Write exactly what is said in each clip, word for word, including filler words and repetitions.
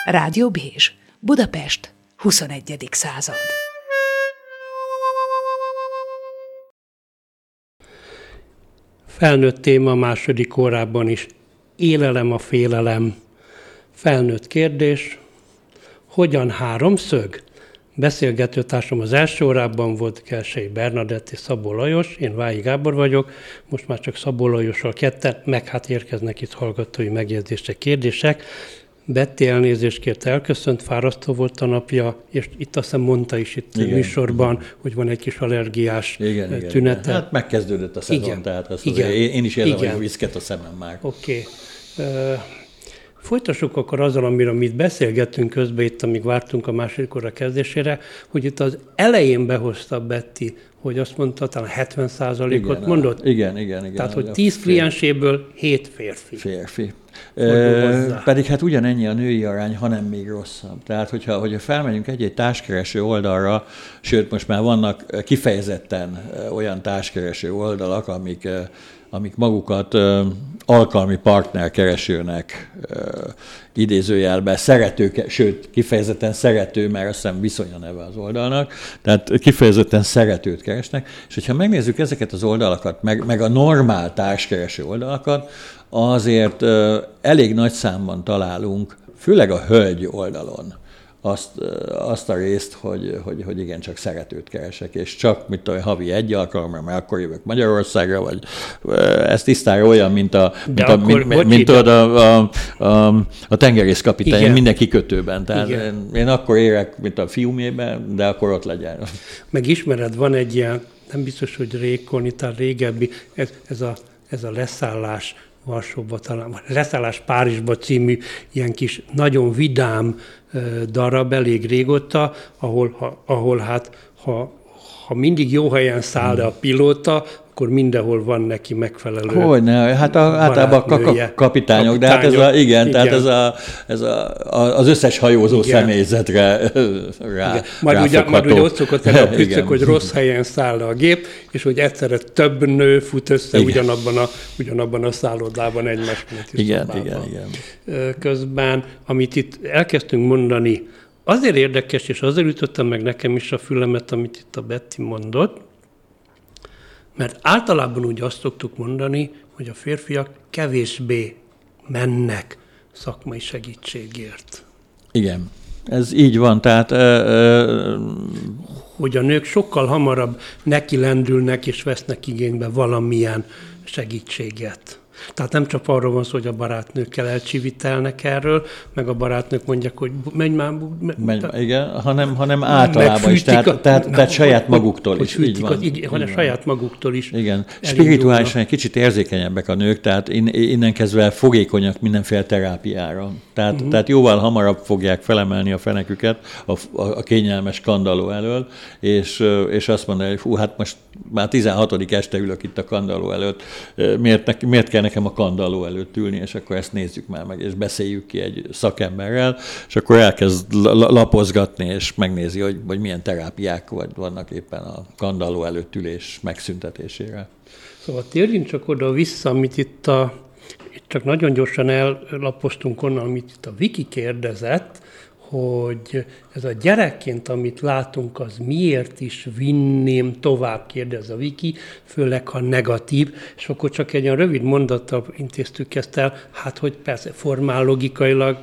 Rádió Bézs, Budapest, huszonegyedik század. Felnőtt téma a második órában is. Élelem a félelem. Felnőtt kérdés. Hogyan háromszög? Beszélgetőtársam az első órában volt Kelsey Bernadett és Szabó Lajos, én Vályi Gábor vagyok, most már csak Szabó Lajossal ketten, meg hát érkeznek itt hallgatói megjegyzések, kérdések. Betty elnézést kért, elköszönt, fárasztó volt a napja, és itt azt hiszem mondta is itt igen, műsorban, igen. hogy van egy kis allergiás igen, tünete. Igen. Hát megkezdődött a szezon, igen. tehát azt igen. Én, én is érzem, hogy viszket a szemem már. Oké. Okay. Uh, Folytassuk akkor azzal, amiről mi beszélgettünk közben itt, amíg vártunk a második óra kezdésére, hogy itt az elején behozta Betty, hogy azt mondta, talán hetven százalékot igen, mondott? Igen, igen, igen. Tehát, hogy tíz klienséből hét férfi. Férfi. E, pedig hát ugyanennyi a női arány, hanem még rosszabb. Tehát, hogyha, hogyha felmegyünk egy-egy társkereső oldalra, sőt, most már vannak kifejezetten olyan társkereső oldalak, amik, amik magukat alkalmi partnerkeresőnek idézőjelben szerető, sőt, kifejezetten szerető, mert azt hiszem viszony a neve az oldalnak, tehát kifejezetten szeretőt keresnek, és hogyha megnézzük ezeket az oldalakat, meg, meg a normál társkereső oldalakat, azért elég nagy számban találunk, főleg a hölgy oldalon, azt, azt a részt, hogy, hogy, hogy igen, csak szeretőt keresek, és csak, mit tudom, havi egy alkalommal, mert akkor jövök Magyarországra, vagy ez tisztára olyan, mint a, mint a, akkor, mint, mint, mint a, a, a, a tengerészkapitány, igen. minden kikötőben. Tehát én, én akkor érek, mint a fiumében, de akkor ott legyen. Meg ismered, van egy ilyen, nem biztos, hogy rékon, itt a régebbi, ez, ez, a, ez a leszállás Varsóba talán, Leszállás Párizsba című ilyen kis nagyon vidám darab elég régóta, ahol, ha, ahol hát ha, ha mindig jó helyen száll a pilóta, akkor mindenhol van neki megfelelő Hogyne, hát a, általában a kapitányok, kapitányok, de hát ez a, igen, igen. tehát ez, a, ez a, az összes hajózó igen. személyzetre rá, majd, ugye, majd ugye ott szokott el a püccök, hogy rossz helyen száll a gép, és hogy egyszerre több nő fut össze ugyanabban a, ugyanabban a szállodában egymás mellett. Igen, igen, igen. Közben, amit itt elkezdtünk mondani, azért érdekes, és azért ütöttem meg nekem is a fülemet, amit itt a Betty mondott, mert általában úgy azt szoktuk mondani, hogy a férfiak kevésbé mennek szakmai segítségért. Igen, ez így van, tehát... Ö, ö, hogy a nők sokkal hamarabb neki lendülnek és vesznek igénybe valamilyen segítséget. Tehát nem csak arról van szó, hogy a barátnőkkel elcsivitelnek erről, meg a barátnők mondják, hogy menj már... Menj, igen, hanem, hanem általában is, tehát, a, tehát, tehát saját maguktól is. Így van, az, így, hanem van. Saját maguktól is. Igen, spirituálisan egy kicsit érzékenyebbek a nők, tehát innen kezdve fogékonyak mindenféle terápiára. Tehát, uh-huh. tehát jóval hamarabb fogják felemelni a feneküket a, a, a kényelmes kandalló elől, és, és azt mondani, hogy hú, hát most már tizenhatodik este ülök itt a kandalló előtt, miért, miért kell nekem a kandalló előtt ülni, és akkor ezt nézzük már meg, és beszéljük ki egy szakemberrel, és akkor elkezd lapozgatni, és megnézi, hogy, hogy milyen terápiák vannak éppen a kandalló előtt ülés megszüntetésére. Szóval térjünk csak oda vissza, amit itt a, itt csak nagyon gyorsan ellapoztunk onnan, amit itt a Viki kérdezett, hogy ez a gyerekként, amit látunk, az miért is vinném tovább, kérdez a Viki, főleg ha negatív, és akkor csak egy olyan rövid mondattal intéztük ezt el, hát hogy persze formál logikailag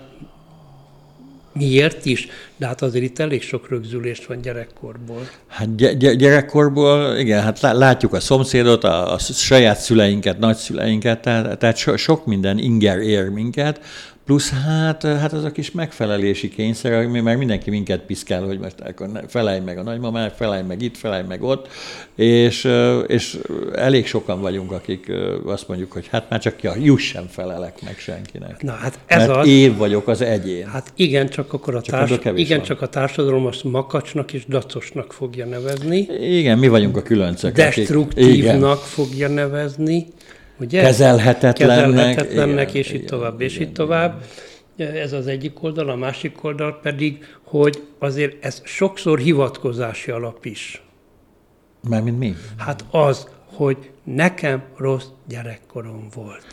miért is, de hát azért itt elég sok rögzülést van gyerekkorból. Hát gy- gy- gyerekkorból, igen, hát látjuk a szomszédot, a, a saját szüleinket, nagyszüleinket, tehát, tehát so, sok minden inger ér minket, plusz hát, hát az a kis megfelelési kényszer, mert mindenki minket piszkál, hogy most akkor felelj meg a nagymamák, felelj meg itt, felelj meg ott, és, és elég sokan vagyunk, akik azt mondjuk, hogy hát már csak ja, juss sem felelek meg senkinek. Na, hát ez mert az, én vagyok az egyén. Hát igen, csak akkor a, csak társ, igen, van. csak a társadalom azt makacsnak és dacosnak fogja nevezni. Igen, mi vagyunk a különcek. Destruktívnak fogja nevezni. Ugye? Kezelhetetlennek. Kezelhetetlennek, igen, és igen, így tovább, és igen, így tovább. Igen. Ez az egyik oldal, a másik oldal pedig, hogy azért ez sokszor hivatkozási alap is. Mármint mi? Hát az, hogy nekem rossz gyerekkorom volt.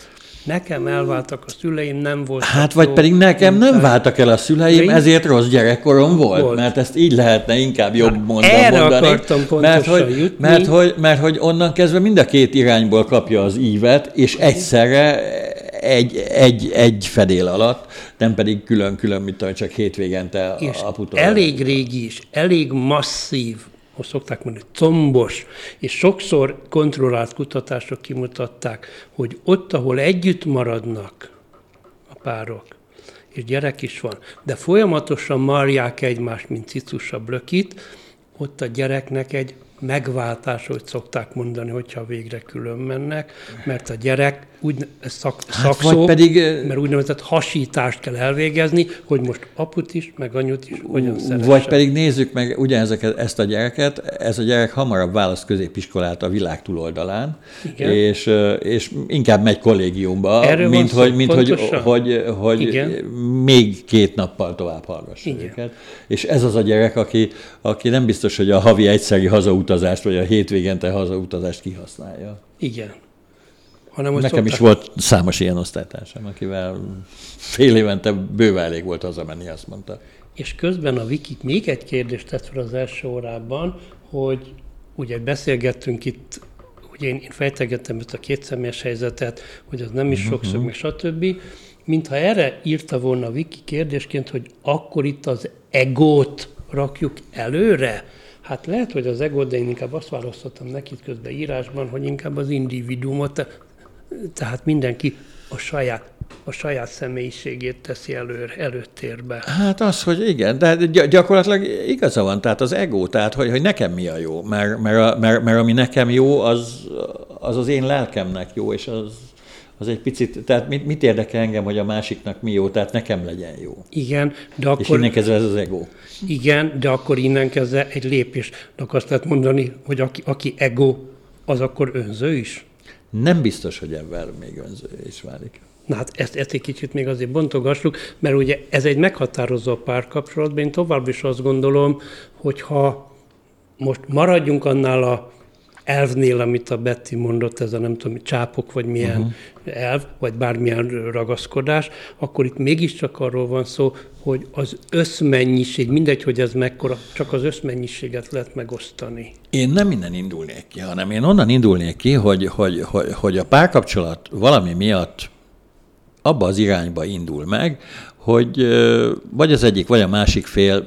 nekem elváltak a szüleim, nem volt. Hát vagy pedig nekem nem váltak el a szüleim, ezért rossz gyerekkorom volt, volt. Mert ezt így lehetne inkább jobb mondani. Erre akartam pontosan mert hogy, jutni. Mert hogy, mert hogy onnan kezdve mind a két irányból kapja az ívet, és egyszerre egy, egy, egy fedél alatt, nem pedig külön-külön, mint tudom, csak hétvégente aputól. Elég régi is, elég masszív, most szokták mondani, combos, és sokszor kontrollált kutatások kimutatták, hogy ott, ahol együtt maradnak a párok, és gyerek is van, de folyamatosan marják egymást, mint cicus a blökit, ott a gyereknek egy megváltás, hogy szokták mondani, hogyha végre külön mennek, mert a gyerek úgy szak, hát szakszó, pedig, mert úgynevezett hasítást kell elvégezni, hogy most aput is, meg anyut is hogyan szeresse. Vagy pedig nézzük meg ugyanezeket, ezt a gyereket, ez a gyerek hamarabb választ középiskolát a világ túloldalán, és, és inkább megy kollégiumba, erről mint, hogy, mint hogy, hogy, hogy még két nappal tovább hallgassa őket. És ez az a gyerek, aki, aki nem biztos, hogy a havi egyszeri hazautazást, vagy a hétvégente hazautazást kihasználja. Igen. Hanem, Nekem szokták... is volt számos ilyen osztálytársam, akivel fél évente bőven elég volt hazamenni, azt mondta. És közben a Viki még egy kérdést tett fel az első órában, hogy ugye beszélgettünk itt, ugye én, én fejtegettem ezt a kétszemélyes helyzetet, hogy az nem is uh-huh. sokszor, meg stb. Mintha erre írta volna a Viki kérdésként, hogy akkor itt az egót rakjuk előre. Hát lehet, hogy az egót, de én inkább azt választottam neki közben írásban, hogy inkább az individuumot, tehát mindenki a saját, a saját személyiségét teszi elő, előtérbe. Hát az, hogy igen, de gyakorlatilag igaza van, tehát az ego, tehát hogy, hogy nekem mi a jó, mert, mert, a, mert, mert ami nekem jó, az, az az én lelkemnek jó, és az, az egy picit, tehát mit, mit érdekel engem, hogy a másiknak mi jó, tehát nekem legyen jó. Igen, de akkor... És innen kezdve ez az ego. Igen, de akkor innen kezdve egy lépésnek azt lehet mondani, hogy aki, aki ego, az akkor önző is? Nem biztos, hogy ebben még önző is válik. Na hát ezt, ezt egy kicsit még azért bontogassuk, mert ugye ez egy meghatározó párkapcsolatban. Én tovább is azt gondolom, hogy ha most maradjunk annál a elvnél, amit a Betty mondott, ez a nem tudom, csápok, vagy milyen uh-huh. elv, vagy bármilyen ragaszkodás, akkor itt mégiscsak arról van szó, hogy az összmennyiség, mindegy, hogy ez mekkora, csak az összmennyiséget lehet megosztani. Én nem innen indulnék ki, hanem én onnan indulnék ki, hogy, hogy, hogy, hogy a párkapcsolat valami miatt abba az irányba indul meg, hogy vagy az egyik, vagy a másik fél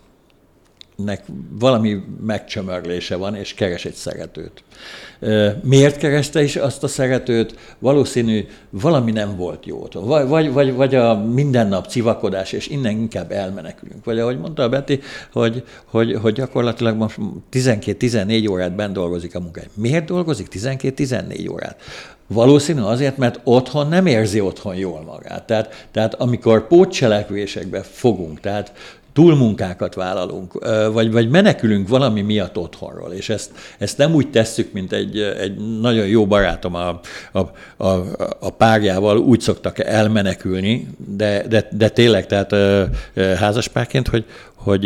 nek valami megcsömörlése van, és keres egy szeretőt. Miért kereste is azt a szeretőt? Valószínű, valami nem volt jó otthon. Vagy, vagy, vagy, vagy a mindennap civakodás, és innen inkább elmenekülünk. Vagy ahogy mondta a Betty, hogy, hogy, hogy gyakorlatilag most tizenkét-tizennégy órát bent dolgozik a munkája. Miért dolgozik tizenkét-tizennégy órát? Valószínű azért, mert otthon nem érzi otthon jól magát. Tehát, tehát amikor pótcselekvésekbe fogunk, tehát túlmunkákat vállalunk, vagy, vagy menekülünk valami miatt otthonról, és ezt, ezt nem úgy tesszük, mint egy, egy nagyon jó barátom a, a, a, a párjával úgy szoktak elmenekülni, de, de, de tényleg, tehát házaspárként, hogy, hogy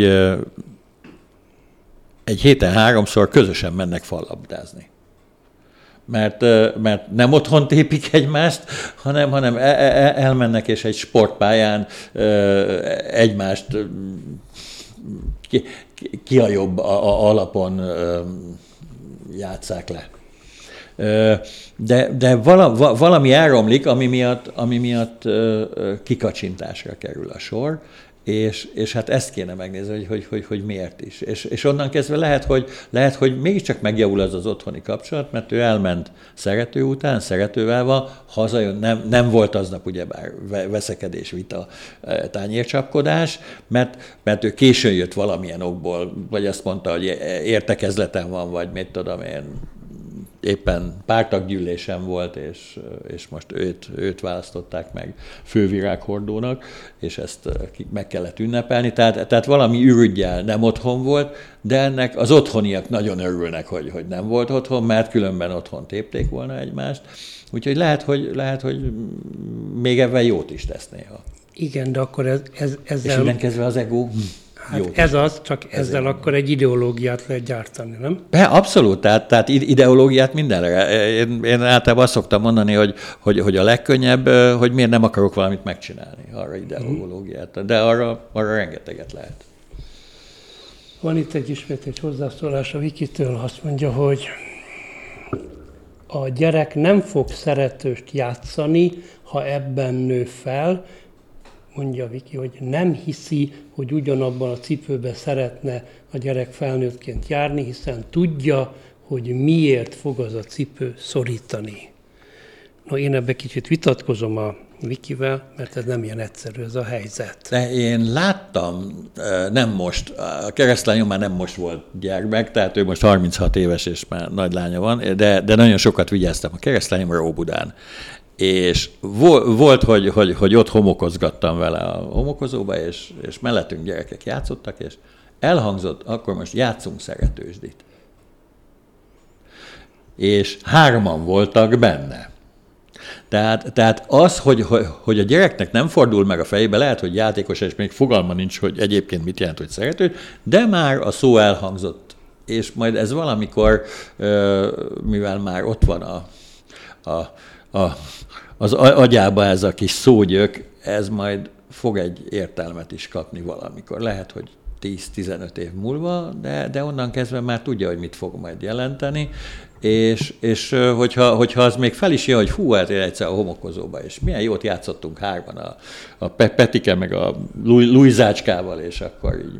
egy héten háromszor közösen mennek fallabdázni. Mert, mert nem otthon tépik egymást, hanem, hanem elmennek és egy sportpályán egymást ki, ki a jobb a, a alapon játsszák le. De, de vala, valami elromlik, ami miatt, ami miatt kikacsintásra kerül a sor, És, és hát ezt kéne megnézni, hogy, hogy, hogy, hogy miért is. És, és onnan kezdve lehet hogy, lehet, hogy mégiscsak megjavul az az otthoni kapcsolat, mert ő elment szerető után, szeretővel van, hazajön, nem, nem volt aznap ugyebár veszekedés, vita, tányércsapkodás, mert, mert ő későn jött valamilyen okból, vagy azt mondta, hogy értekezleten van, vagy mit tudom én, éppen pártaggyűlésen volt, és, és most őt, őt választották meg fővirághordónak, és ezt meg kellett ünnepelni. Tehát, tehát valami ürüggyel nem otthon volt, de ennek az otthoniak nagyon örülnek, hogy, hogy nem volt otthon, mert különben otthon tépték volna egymást. Úgyhogy lehet, hogy, lehet, hogy még ebben jót is tesz néha. Igen, de akkor ez, ez, ezzel... És innen kezdve az ego... Hát jó ez az, csak ezzel ezért akkor egy ideológiát lehet gyártani, nem? Be, abszolút, tehát, tehát ideológiát mindenre. Én, én általában azt szoktam mondani, hogy, hogy, hogy a legkönnyebb, hogy miért nem akarok valamit megcsinálni, arra ideológiát. De arra, arra rengeteget lehet. Van itt egy ismét egy hozzászólás a Vikitől, azt mondja, hogy a gyerek nem fog szeretőst játszani, ha ebben nő fel. Mondja Viki, hogy nem hiszi, hogy ugyanabban a cipőben szeretne a gyerek felnőttként járni, hiszen tudja, hogy miért fog az a cipő szorítani. No, én ebben kicsit vitatkozom a Vikivel, mert ez nem ilyen egyszerű ez a helyzet. De én láttam, nem most, a keresztlányom már nem most volt gyermek, tehát ő most harminchat éves és már nagy lánya van, de, de nagyon sokat vigyáztam a keresztlányomra Óbudán. És volt, hogy, hogy, hogy ott homokozgattam vele a homokozóba, és, és mellettünk gyerekek játszottak, és elhangzott, akkor most játszunk szeretősdit. És hárman voltak benne. Tehát, tehát az, hogy, hogy a gyereknek nem fordul meg a fejébe, lehet, hogy játékos, és még fogalma nincs, hogy egyébként mit jelent, hogy szerető, de már a szó elhangzott. És majd ez valamikor, mivel már ott van a, a, a, az agyába ez a kis szógyök, ez majd fog egy értelmet is kapni valamikor. Lehet, hogy tíz-tizenöt év múlva, de, de onnan kezdve már tudja, hogy mit fog majd jelenteni, és, és hogyha, hogyha az még fel is jön, hogy hú, hát én egyszer a homokozóba, és milyen jót játszottunk hárman a, a Petike meg a Luizácskával, és akkor így,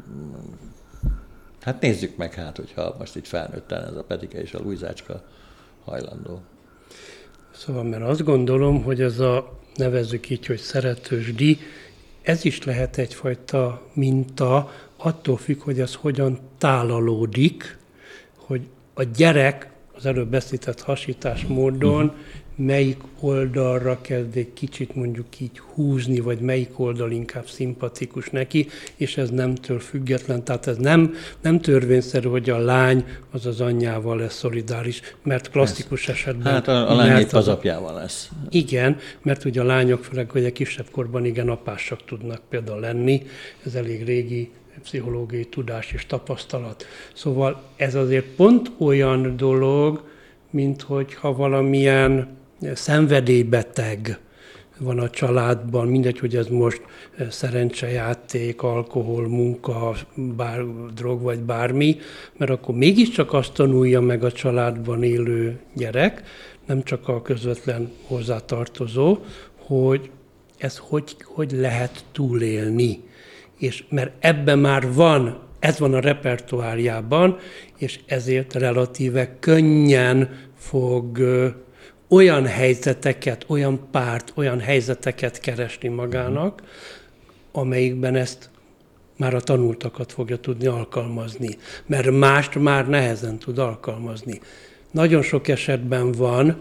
hát nézzük meg hát, hogyha most itt felnőtten ez a Petike és a Luizácska hajlandó. Szóval, mert azt gondolom, hogy ez a, nevezzük így, hogy szeretősdi, ez is lehet egyfajta minta, attól függ, hogy ez hogyan tálalódik, hogy a gyerek az előbb beszéltett hasítás módon uh-huh. melyik oldalra kezd egy kicsit mondjuk így húzni, vagy melyik oldal inkább szimpatikus neki, és ez nemtől független. Tehát ez nem, nem törvényszerű, hogy a lány az az anyjával lesz szolidáris, mert klasszikus ez. esetben... Hát a, a lány épp az apjával lesz. Igen, mert ugye a lányok, főleg hogy a kisebb korban igen apásak tudnak például lenni, ez elég régi pszichológiai tudás és tapasztalat. Szóval ez azért pont olyan dolog, mint hogyha valamilyen szenvedélybeteg van a családban, mindegy, hogy ez most szerencsejáték, alkohol, munka, bár, drog vagy bármi, mert akkor mégiscsak azt tanulja meg a családban élő gyerek, nem csak a közvetlen hozzátartozó, hogy ez hogy, hogy lehet túlélni. És mert ebben már van, ez van a repertoárjában, és ezért relatíve könnyen fog ö, olyan helyzeteket, olyan párt, olyan helyzeteket keresni magának, amelyikben ezt már a tanultakat fogja tudni alkalmazni. Mert mást már nehezen tud alkalmazni. Nagyon sok esetben van,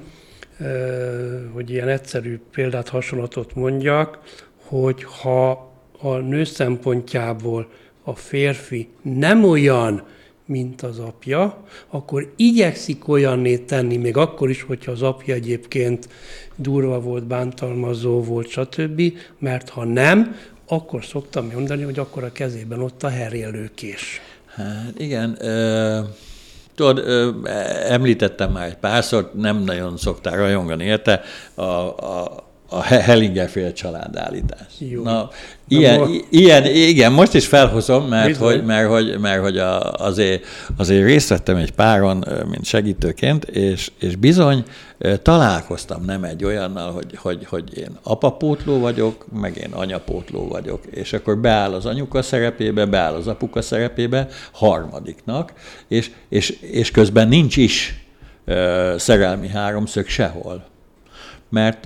ö, hogy ilyen egyszerű példát, hasonlatot mondjak, hogy ha a nő szempontjából a férfi nem olyan, mint az apja, akkor igyekszik olyanné tenni, még akkor is, hogyha az apja egyébként durva volt, bántalmazó volt, stb., mert ha nem, akkor szoktam mondani, hogy akkor a kezében ott a herélőkés. Hát igen, ö, tudod, ö, említettem már egy párszor, nem nagyon szoktál rajongani érte, a, a a Hellinger-féle családállítás. Jó. Na, ilyen, Na, ilyen, igen, most is felhozom, mert hogy, mert, hogy, mert, hogy a, azért, azért részt vettem egy páron, mint segítőként, és, és bizony találkoztam nem egy olyannal, hogy, hogy, hogy én apapótló vagyok, meg én anyapótló vagyok, és akkor beáll az anyuka szerepébe, beáll az apuka szerepébe harmadiknak, és, és, és közben nincs is uh, szerelmi háromszög sehol. Mert,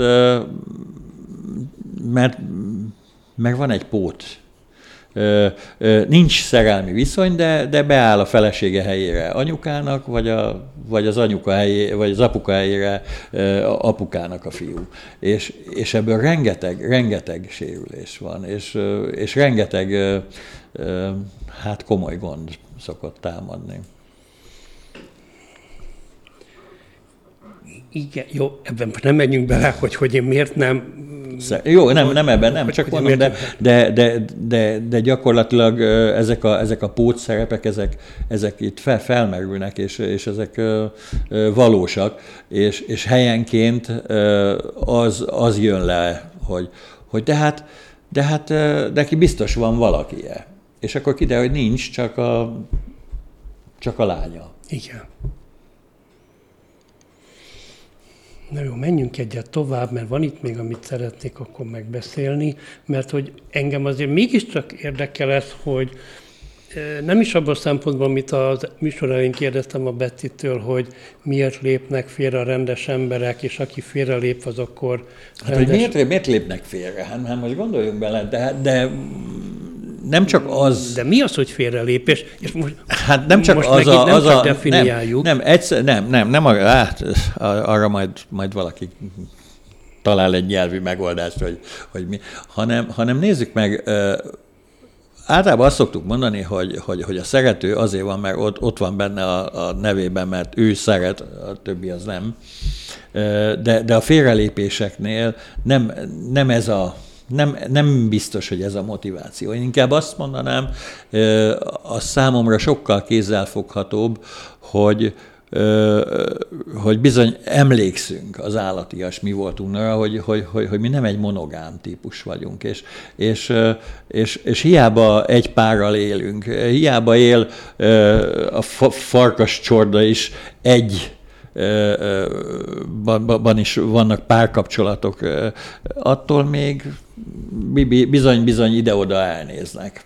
mert, mert van egy pót. Nincs szerelmi viszony, de, de beáll a felesége helyére anyukának, vagy, a, vagy az anyuka helyére, vagy az apuka helyére apukának a fiú. És, és ebből rengeteg, rengeteg sérülés van, és, és rengeteg hát komoly gond szokott támadni. Igen, jó, ebben nem menjünk bele, hogy, hogy én miért nem Jó, nem, nem ebben, nem, csak mondom, de, de, de, de, de gyakorlatilag ezek a, ezek a pótszerepek, ezek, ezek itt fel, felmerülnek, és, és ezek valósak, és, és helyenként az, az jön le, hogy, hogy de hát, de hát neki biztos van valakije. És akkor kiderül, hogy nincs, csak a, csak a lánya. Igen. Na jó, menjünk egyet tovább, mert van itt még, amit szeretnék akkor megbeszélni, mert hogy engem azért mégiscsak érdekel ez, hogy nem is abban a szempontból, amit a műsor elején kérdeztem a Bettitől, hogy miért lépnek félre a rendes emberek, és aki félrelép, az akkor hát, rendes... hogy miért, miért lépnek félre? Hát, hát most gondoljunk bele, de, de nem csak az... De mi az, hogy félrelépés? És most, hát nem csak most az a... nem az csak a, definiáljuk. Nem, nem, egyszer, nem, nem, nem arra, hát, arra majd, majd valaki talál egy nyelvi megoldást, hogy, hogy mi, hanem, hanem nézzük meg, általában azt szoktuk mondani, hogy, hogy, hogy a szerető azért van, mert ott, ott van benne a, a nevében, mert ő szeret, a többi az nem. De, de a félrelépéseknél nem, nem ez a Nem, nem biztos, hogy ez a motiváció. Én inkább azt mondanám, az számomra sokkal kézzelfoghatóbb, hogy, hogy bizony emlékszünk az állatias mi voltunkra, hogy, hogy, hogy, hogy mi nem egy monogám típus vagyunk, és, és, és, és hiába egy párral élünk, hiába él a farkas csorda is egy ban is vannak párkapcsolatok, attól még bizony-bizony ide-oda elnéznek.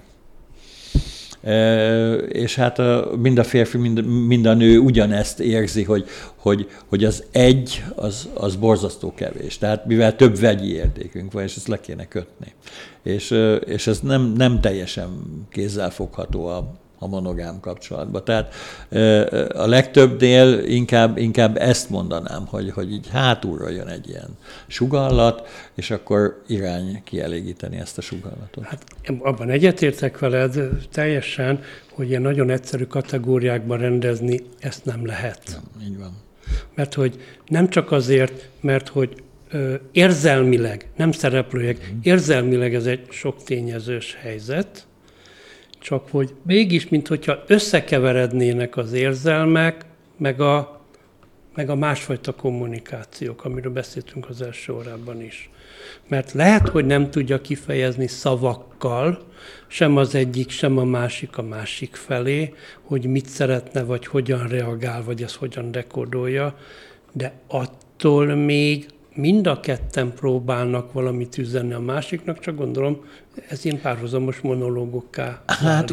És hát mind a férfi, mind, mind a nő ugyanezt érzi, hogy, hogy, hogy az egy, az, az borzasztó kevés. Tehát mivel több vegyi értékünk van, és ezt le kéne kötni. És, és ez nem, nem teljesen kézzelfogható a a monogám kapcsolatban. Tehát a legtöbbnél inkább, inkább ezt mondanám, hogy, hogy így hátulról jön egy ilyen sugallat, és akkor irány kielégíteni ezt a sugallatot. Hát abban egyetértek veled teljesen, hogy ilyen nagyon egyszerű kategóriákban rendezni ezt nem lehet. Nem, így van. Mert hogy nem csak azért, mert hogy ö, érzelmileg, nem szereplőjeg, érzelmileg ez egy sok tényezős helyzet, csak hogy mégis, minthogyha összekeverednének az érzelmek, meg a, meg a másfajta kommunikációk, amiről beszéltünk az első órában is. Mert lehet, hogy nem tudja kifejezni szavakkal, sem az egyik, sem a másik a másik felé, hogy mit szeretne, vagy hogyan reagál, vagy ezt hogyan dekódolja, de attól még mind a ketten próbálnak valamit üzenni a másiknak, csak gondolom, ez ilyen párhuzamos monológokká Hát,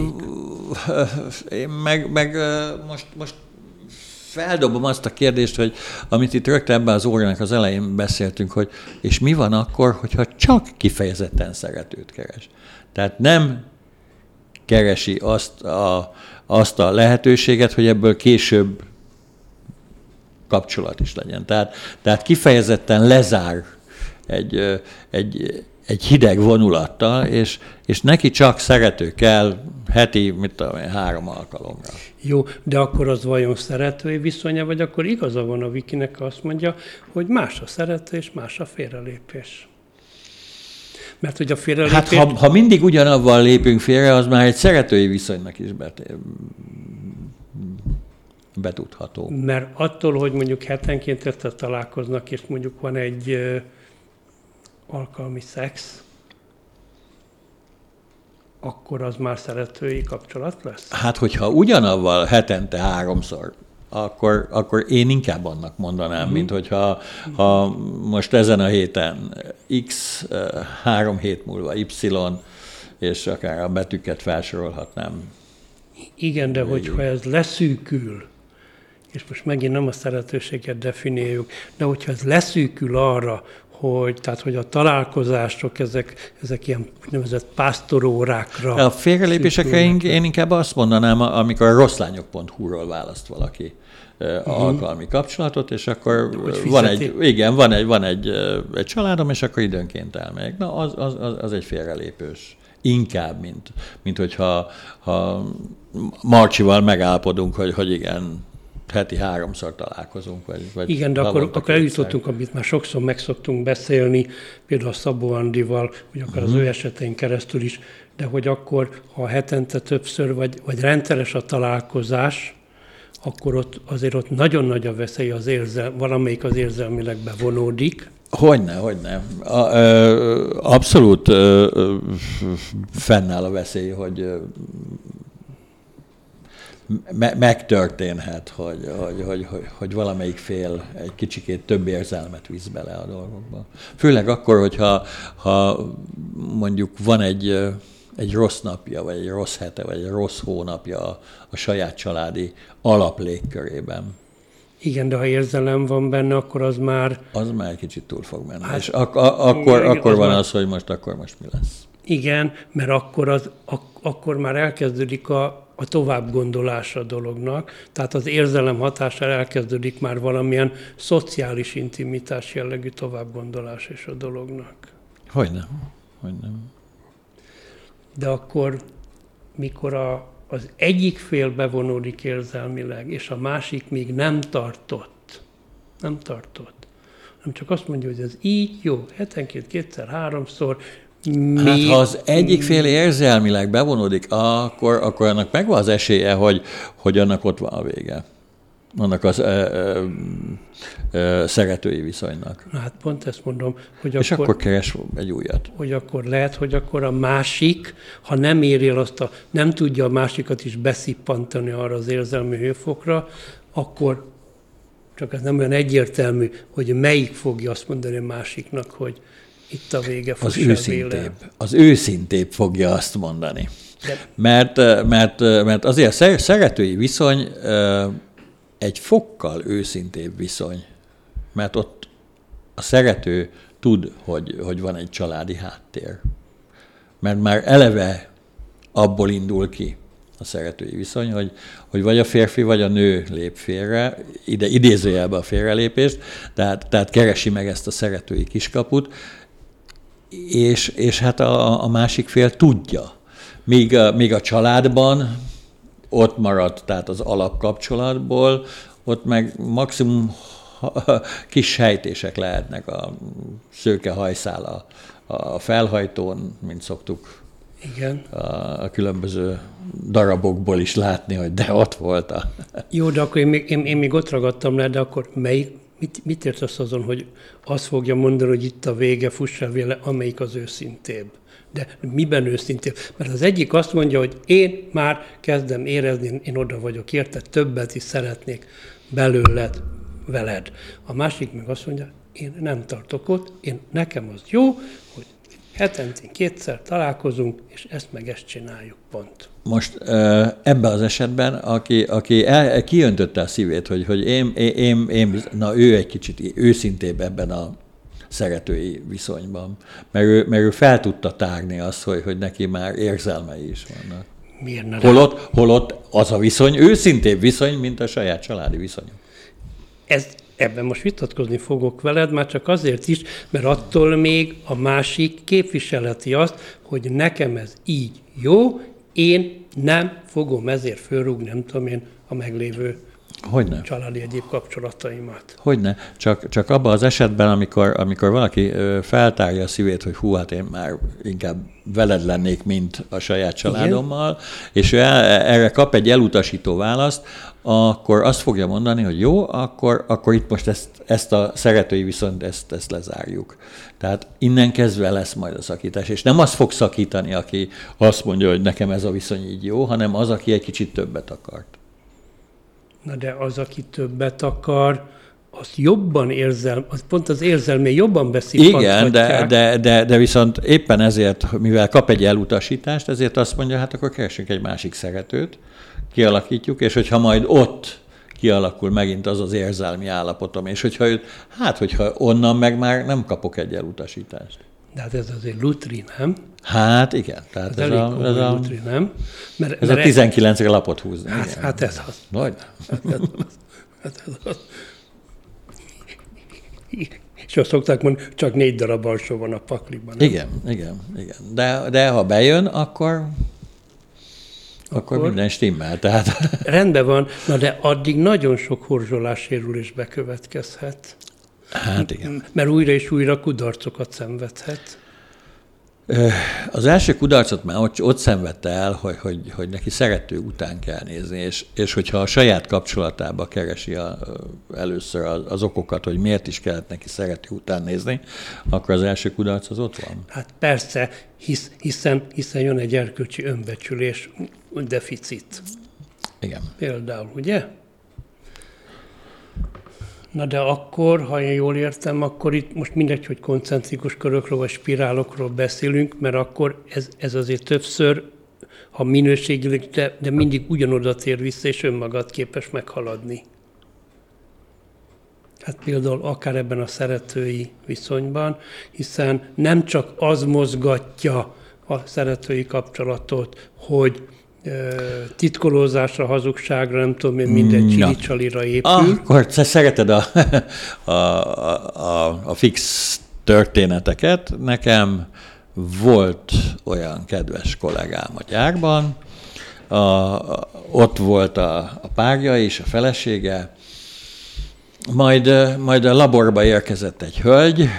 én meg, meg most, most feldobom azt a kérdést, hogy amit itt rögtön ebben az órának az elején beszéltünk, hogy és mi van akkor, hogyha csak kifejezetten szeretőt keres. Tehát nem keresi azt a, azt a lehetőséget, hogy ebből később kapcsolat is legyen. Tehát, tehát kifejezetten lezár egy, egy, egy hideg vonulattal, és, és neki csak szerető kell heti, mit tudom én, három alkalomra. Jó, de akkor az vajon szeretői viszonya, vagy akkor igaza van a Vikinek, azt mondja, hogy más a szerető és más a félrelépés. Mert hogy a félrelépés... Hát ha, ha mindig ugyanavval lépünk félre, az már egy szeretői viszonynak is bet... betudható. Mert attól, hogy mondjuk hetenként ezt találkoznak, és mondjuk van egy uh, alkalmi szex, akkor az már szeretői kapcsolat lesz? Hát, hogyha ugyanavval hetente háromszor, akkor, akkor én inkább annak mondanám, uh-huh. mint hogyha ha most ezen a héten X, három hét múlva Y, és akár a betűket felsorolhatnám. Igen, de végig. Hogyha ez leszűkül, és most megint nem a szeretőséget definiáljuk, de hogyha ez leszűkül arra, hogy, tehát, hogy a találkozások, ezek, ezek ilyen úgynevezett pásztorórákra. A félrelépésekre én, én inkább azt mondanám, amikor a rosszlányok pont hu-ról választ valaki uh-huh. alkalmi kapcsolatot, és akkor van egy, igen, van egy, van egy, egy családom, és akkor időnként elmegyek. Na, az, az, az, az egy félrelépős. Inkább, mint, mint hogyha ha Marcsival megállapodunk, hogy, hogy igen, heti háromszor találkozunk. Vagy, vagy igen, de akkor, akkor eljutottunk, amit már sokszor meg szoktunk beszélni, például a Szabó Andival, vagy akár uh-huh. az ő esetein keresztül is, de hogy akkor, ha hetente többször, vagy, vagy rendszeres a találkozás, akkor ott azért ott nagyon nagy a veszély, az érzel, valamelyik az érzelmileg bevonódik. Hogyne, hogyne. A, ö, abszolút ö, ö, fennáll a veszély, hogy ö, me, megtörténhet, hogy, hogy, hogy, hogy, hogy valamelyik fél egy kicsikét több érzelmet visz bele a dolgokba. Főleg akkor, hogyha ha mondjuk van egy, egy rossz napja, vagy egy rossz hete, vagy egy rossz hónapja a, a saját családi alaplégkörében. Igen, de ha érzelem van benne, akkor az már... Az már egy kicsit túl fog menni. Hát, és ak- ak- akkor, igen, akkor az van már... az, hogy most akkor most mi lesz. Igen, mert akkor, az, ak- akkor már elkezdődik a, a továbbgondolás a dolognak, tehát az érzelem hatására elkezdődik már valamilyen szociális intimitás jellegű továbbgondolás is a dolognak. Hogyne, hogyne. De akkor, mikor a az egyik fél bevonódik érzelmileg, és a másik még nem tartott. Nem tartott. Nem csak azt mondja, hogy ez így jó, hetenként, kétszer, háromszor. Még... Hát ha az egyik fél érzelmileg bevonódik, akkor, akkor annak megvan az esélye, hogy, hogy annak ott van a vége. Annak az ö, ö, ö, szeretői viszonynak. Na hát pont ezt mondom, hogy és akkor... akkor keres egy újat. Hogy akkor lehet, hogy akkor a másik, ha nem éri el azt a... nem tudja a másikat is beszippantani arra az érzelmi hőfokra, akkor csak ez nem olyan egyértelmű, hogy melyik fogja azt mondani a másiknak, hogy itt a vége, az őszintébb. Az őszintébb fogja azt mondani. De... Mert, mert, mert azért a szeretői viszony egy fokkal őszintébb viszony, mert ott a szerető tud, hogy, hogy van egy családi háttér. Mert már eleve abból indul ki a szeretői viszony, hogy, hogy vagy a férfi, vagy a nő lép félre, ide idézőjelbe a félrelépést, tehát, tehát keresi meg ezt a szeretői kiskaput, és, és hát a, a másik fél tudja. Míg a, míg a családban ott maradt, tehát az alapkapcsolatból, ott meg maximum kis sejtések lehetnek a szőke hajszál a felhajtón, mint szoktuk igen. A, a különböző darabokból is látni, hogy de ott volt a... Jó, de akkor én még, én, én még ott ragadtam le, de akkor melyik, mit, mit értesz azon, hogy azt fogja mondani, hogy itt a vége, fussa vele, amelyik az őszintébb? De miben őszintén? Mert az egyik azt mondja, hogy én már kezdem érezni, én oda vagyok érted, többet is szeretnék belőled, veled. A másik meg azt mondja, én nem tartok ott, én, nekem az jó, hogy hetentén kétszer találkozunk, és ezt meg ezt csináljuk, pont. Most ebben az esetben, aki, aki el, kiöntötte a szívét, hogy, hogy én, én, én, na ő egy kicsit őszintébb ebben a szeretői viszonyban, mert ő, mert ő fel tudta tárni azt, hogy, hogy neki már érzelmei is vannak. Miért holott, holott az a viszony őszintébb viszony, mint a saját családi viszony. Ez, ebben most vitatkozni fogok veled, már csak azért is, mert attól még a másik képviselheti azt, hogy nekem ez így jó, én nem fogom ezért fölrúgni, nem tudom én, a meglévő Hogyne. családi egyéb kapcsolataimat. Hogyne. Csak, csak abban az esetben, amikor, amikor valaki feltárja a szívét, hogy hú, hát én már inkább veled lennék, mint a saját családommal, igen. És ő el, erre kap egy elutasító választ, akkor azt fogja mondani, hogy jó, akkor, akkor itt most ezt, ezt a szeretői viszonyt, ezt, ezt lezárjuk. Tehát innen kezdve lesz majd a szakítás. És nem az fog szakítani, aki azt mondja, hogy nekem ez a viszony így jó, hanem az, aki egy kicsit többet akart. Na de az, aki többet akar, az jobban érzel, az pont az érzelmé jobban beszippanthatják. Igen, de, de, de, de viszont éppen ezért, mivel kap egy elutasítást, ezért azt mondja, hát akkor keresünk egy másik szeretőt, kialakítjuk, és hogyha majd ott kialakul megint az az érzelmi állapotom, és hogyha őt, hát hogyha onnan meg már nem kapok egy elutasítást. De hát ez azért lutri, nem? Hát igen. Tehát ez, ez, ez a, ez, a, lutri, nem? Mert, ez mert a tizenkilencre lapot húzni. Hát, hát ez az. Nagy. Hát ez az. Hát ez az. És azt szokták mondani, csak négy darab alsó van a pakliban. Nem? Igen, igen, igen. De, de ha bejön, akkor Akkor, akkor minden stimmel, tehát... Rendben van, na de addig nagyon sok horzsolássérülés bekövetkezhet. Hát igen. Mert újra és újra kudarcokat szenvedhet. Az első kudarcot már ott, ott szenvedte el, hogy, hogy, hogy neki szerető után kell nézni, és, és hogyha a saját kapcsolatába keresi a, először az, az okokat, hogy miért is kellett neki szerető után nézni, akkor az első kudarc az ott van. Hát persze, hisz, hiszen, hiszen jön egy erkölcsi önbecsülés deficit. Igen. Például, ugye? Na de akkor, ha én jól értem, akkor itt most mindegy, hogy koncentrikus körökről vagy spirálokról beszélünk, mert akkor ez, ez azért többször, ha minőségileg, de, de mindig ugyanoda tér vissza, és önmagad képes meghaladni. Hát például akár ebben a szeretői viszonyban, hiszen nem csak az mozgatja a szeretői kapcsolatot, hogy titkolózásra, hazugságra, nem tudom én, minden csili-csalira épül. Akkor szereted a, a, a, a fix történeteket. Nekem volt olyan kedves kollégám a gyárban, a, a, ott volt a, a párja és a felesége, majd, majd a laborba érkezett egy hölgy,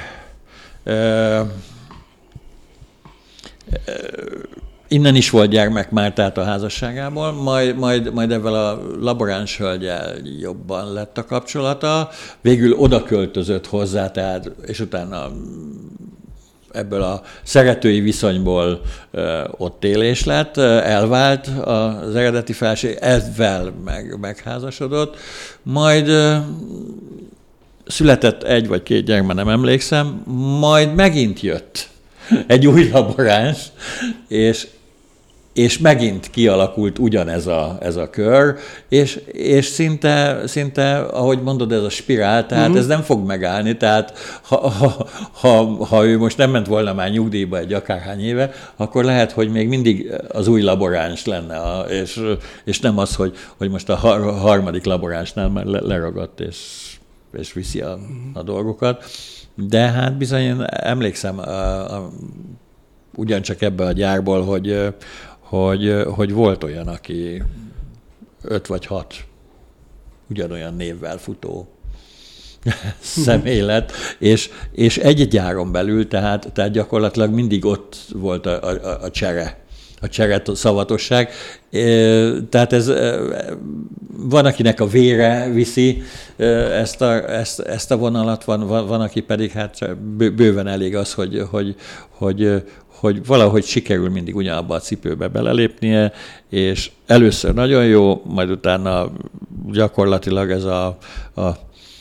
innen is volt gyermek már, tehát a házasságából, majd, majd, majd ezzel a laboráns hölgyel jobban lett a kapcsolata, végül oda költözött hozzá, tehát, és utána ebből a szeretői viszonyból ö, ott élés lett, elvált az eredeti feleség, ezzel meg, megházasodott, majd ö, született egy vagy két gyermek, nem emlékszem, majd megint jött egy új laboráns, és és megint kialakult ugyanez a, ez a kör, és, és szinte, szinte, ahogy mondod, ez a spirál, tehát mm-hmm. ez nem fog megállni, tehát ha, ha, ha, ha ő most nem ment volna már nyugdíjba egy akárhány éve, akkor lehet, hogy még mindig az új laboráns lenne, a, és, és nem az, hogy, hogy most a harmadik laboránsnál már leragadt, és, és viszi a, a dolgokat. De hát bizony én emlékszem a, a, ugyancsak ebbe a gyárból, hogy Hogy, hogy volt olyan, aki öt vagy hat ugyanolyan névvel futó személy lett, és, és egy gyáron belül, tehát, tehát gyakorlatilag mindig ott volt a, a, a csere, a csere szavatosság. Tehát ez van, akinek a vére viszi ezt a, ezt, ezt a vonalat, van, van, aki pedig hát bőven elég az, hogy, hogy, hogy hogy valahogy sikerül mindig ugyanabba a cipőbe belelépnie, és először nagyon jó, majd utána gyakorlatilag ez a, a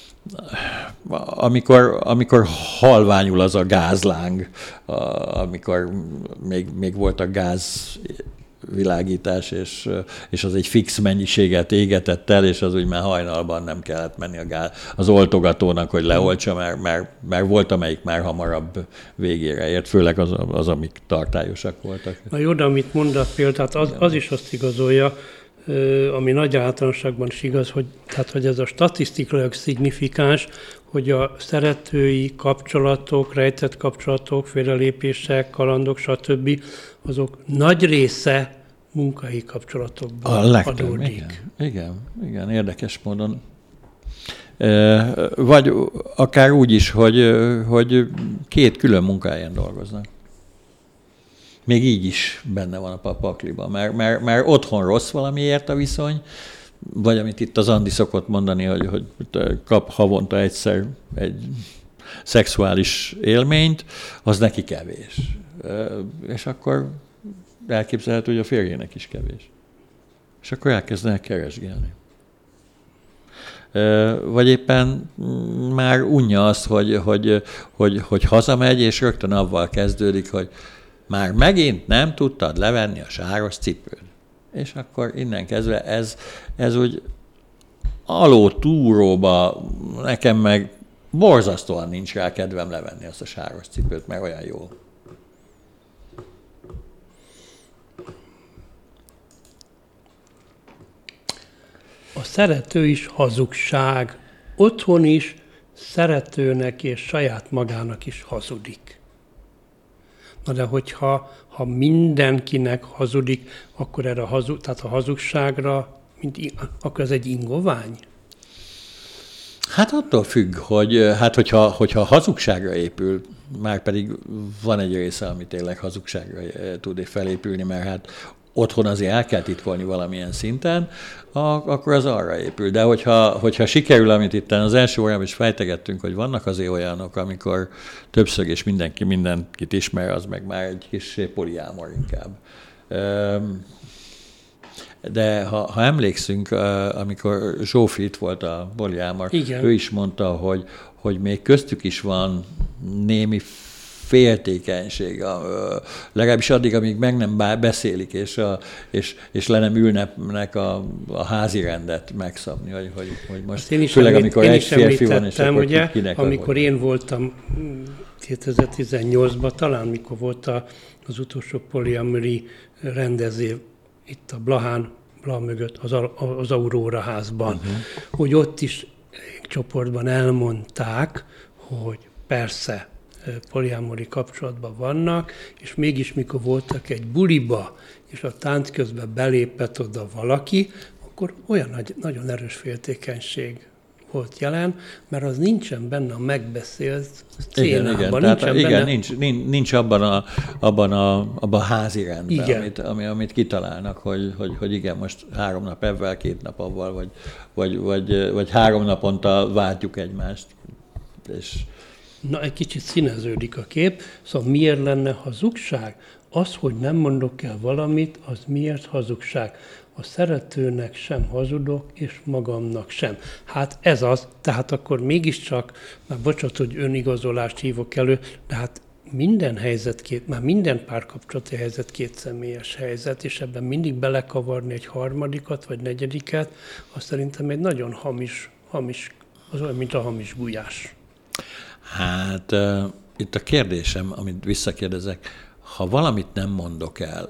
amikor, amikor halványul az a gázláng, a, amikor még, még volt a gáz világítás, és, és az egy fix mennyiséget égetett el, és az úgy már hajnalban nem kellett menni a gáz, az oltogatónak, hogy leoltsa, mert, mert, mert volt, amelyik már hamarabb végére ért, főleg az, az amik tartályosak voltak. Na jó, de amit mondasz például, az, az is azt igazolja, ami nagy általánosságban is igaz, hogy, tehát, hogy ez a statisztikailag szignifikáns, hogy a szeretői kapcsolatok, rejtett kapcsolatok, félrelépések, kalandok, stb. Azok nagy része munkai kapcsolatokban adódik. Igen, igen, igen, érdekes módon. Vagy akár úgy is, hogy, hogy két külön munkahelyen dolgoznak. Még így is benne van a pakliban, mert, mert, mert otthon rossz valamiért a viszony, vagy amit itt az Andi szokott mondani, hogy, hogy kap havonta egyszer egy szexuális élményt, az neki kevés. És akkor elképzelhető, hogy a férjének is kevés. És akkor elkezdenek keresgélni. Vagy éppen már unja azt, hogy, hogy, hogy, hogy hazamegy, és rögtön avval kezdődik, hogy már megint nem tudtad levenni a sáros cipőt. És akkor innen kezdve ez, ez úgy aló túróba, nekem meg borzasztóan nincs rá kedvem levenni azt a sáros cipőt, mert olyan jó. A szerető is hazugság. Otthon is szeretőnek és saját magának is hazudik. Na de hogyha ha mindenkinek hazudik, akkor erre a, hazug, tehát a hazugságra, mint, akkor ez egy ingovány? Hát attól függ, hogy hát hogyha, hogyha hazugságra épül, már pedig van egy része, ami tényleg hazugságra tud felépülni, mert hát otthon azért el kell titkolni valamilyen szinten, akkor az arra épül. De hogyha, hogyha sikerül, amit itt az első órában is fejtegettünk, hogy vannak azért olyanok, amikor többször és mindenki mindenkit ismer, az meg már egy kis poliámor inkább. De ha, ha emlékszünk, amikor Zsófi itt volt a poliámor, igen, ő is mondta, hogy, hogy még köztük is van némi féltékenység, legalábbis addig, amíg meg nem beszélik, és, a, és, és le nem ülnek a, a házi rendet megszabni, hogy, hogy, hogy most én is főleg, említ, amikor én egy is férfi van, és akkor ugye, kinek amikor ahogy. Én voltam kétezer-tizennyolcban, talán mikor volt a, az utolsó poliamori rendező itt a Blahán, Blaha mögött, az, az Aurora házban, uh-huh. hogy ott is csoportban elmondták, hogy persze poliamori kapcsolatban vannak, és mégis mikor voltak egy buliba, és a tánc közben belépett oda valaki, akkor olyan nagy, nagyon erős féltékenység volt jelen, mert az nincsen benne a megbeszélt célában. Igen, igen. Nincsen Tehát, benne... igen nincs, nincs, nincs abban a, abban a, abban a házi rendben, amit, ami, amit kitalálnak, hogy, hogy, hogy igen, most három nap ebben, két nap avval, vagy, vagy, vagy, vagy három naponta váltjuk egymást. És... Na, egy kicsit színeződik a kép, szóval miért lenne hazugság? Az, hogy nem mondok el valamit, az miért hazugság? A szeretőnek sem hazudok, és magamnak sem. Hát ez az, tehát akkor mégiscsak, már bocsánat, hogy önigazolást hívok elő, de hát minden helyzet, két, már minden párkapcsolati helyzet kétszemélyes helyzet, és ebben mindig belekavarni egy harmadikat, vagy negyediket, az szerintem egy nagyon hamis, hamis az olyan, mint a hamis gulyás. Hát uh, itt a kérdésem, amit visszakérdezek, ha valamit nem mondok el,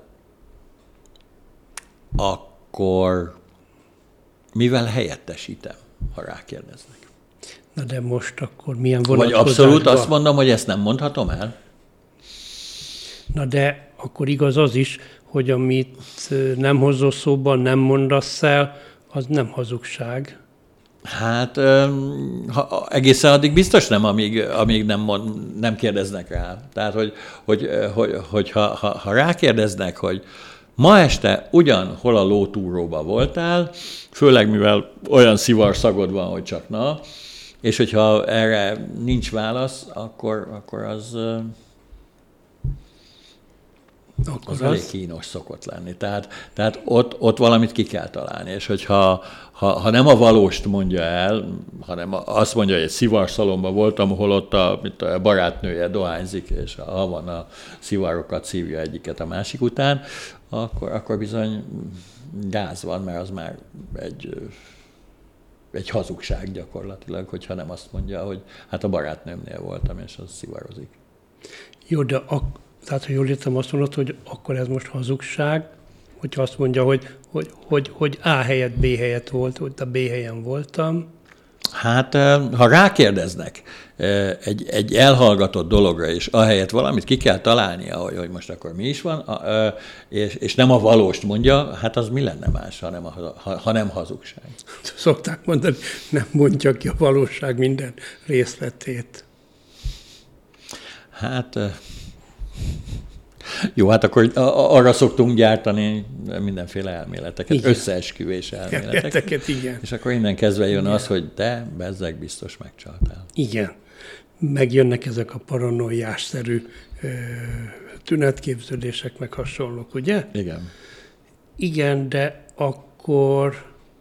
akkor mivel helyettesítem, ha rákérdeznek? Na de most akkor milyen vonatkozásban? Vagy abszolút azt mondom, hogy ezt nem mondhatom el? Na de akkor igaz az is, hogy amit nem hozol szóba, nem mondasz el, az nem hazugság. Hát ha, egészen addig biztos nem, amíg, amíg nem, mond, nem kérdeznek rá. Tehát, hogy, hogy, hogy, hogy ha, ha, ha rákérdeznek, hogy ma este ugyanhol a lótúróban voltál, főleg mivel olyan szivarszagod van, hogy csak na, és hogyha erre nincs válasz, akkor, akkor az... Akkor az, az elég kínos szokott lenni. Tehát, tehát ott, ott valamit ki kell találni, és hogyha ha, ha nem a valóst mondja el, hanem azt mondja, hogy egy szivarszalomban voltam, ahol ott a, mint a barátnője dohányzik, és a Havana szivarokat szívja egyiket a másik után, akkor, akkor bizony gáz van, mert az már egy, egy hazugság gyakorlatilag, hogyha nem azt mondja, hogy hát a barátnőmnél voltam, és az szivarozik. Jó, de a Tehát, ha jól értem, azt mondod, hogy akkor ez most hazugság, hogyha azt mondja, hogy, hogy, hogy, hogy A helyett B helyett volt, hogy a B helyen voltam. Hát, ha rákérdeznek egy, egy elhallgatott dologra, és ahelyett valamit ki kell találnia, hogy, hogy most akkor mi is van, és, és nem a valóst mondja, hát az mi lenne más, ha nem, a, ha, ha nem hazugság. Szokták mondani, nem mondja ki a valóság minden részletét. Hát... Jó, hát akkor arra szoktunk gyártani mindenféle elméleteket, igen. Összeesküvés elméleteket. Igen. És akkor innen kezdve jön igen. az, hogy te, bezzeg, biztos megcsaltál. Igen. Megjönnek ezek a paranoiásszerű ö, tünetképződések, meg hasonlók, ugye? Igen. Igen, de akkor,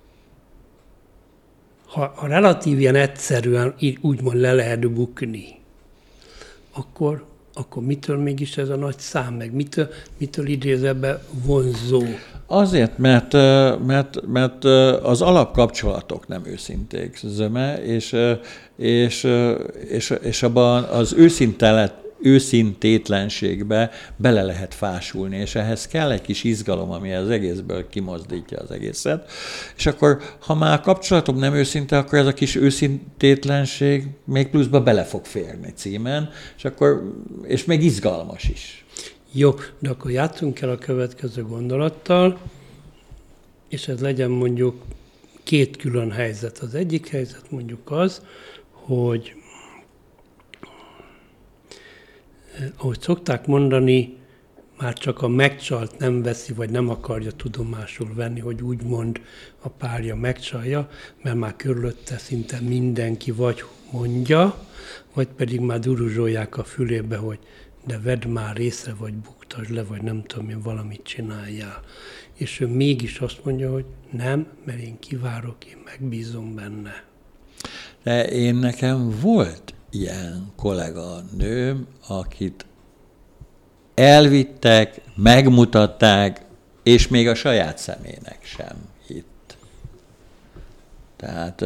ha, ha relatív ilyen egyszerűen úgymond le lehet bukni, akkor... akkor mitől mégis ez a nagy szám, meg mitől, mitől idéz ebbe vonzó? Azért, mert, mert, mert az alapkapcsolatok nem őszinték, zöme, és, és, és, és abban az őszintelet, őszintétlenségbe bele lehet fásulni, és ehhez kell egy kis izgalom, ami az egészből kimozdítja az egészet. És akkor, ha már a kapcsolatom nem őszinte, akkor ez a kis őszintétlenség még pluszba bele fog férni címen, és akkor, és még izgalmas is. Jó, de akkor játszunk el a következő gondolattal, és ez legyen mondjuk két külön helyzet. Az egyik helyzet mondjuk az, hogy ahogy szokták mondani, már csak a megcsalt nem veszi, vagy nem akarja tudomásul venni, hogy úgymond a párja megcsalja, mert már körülötte szinte mindenki vagy mondja, vagy pedig már duruzsolják a fülébe, hogy de vedd már észre, vagy buktasd le, vagy nem tudom én, valamit csináljál. És ő mégis azt mondja, hogy nem, mert én kivárok, én megbízom benne. De én nekem volt ilyen kolléganőm, akit elvittek, megmutatták, és még a saját szemének sem hitt. Tehát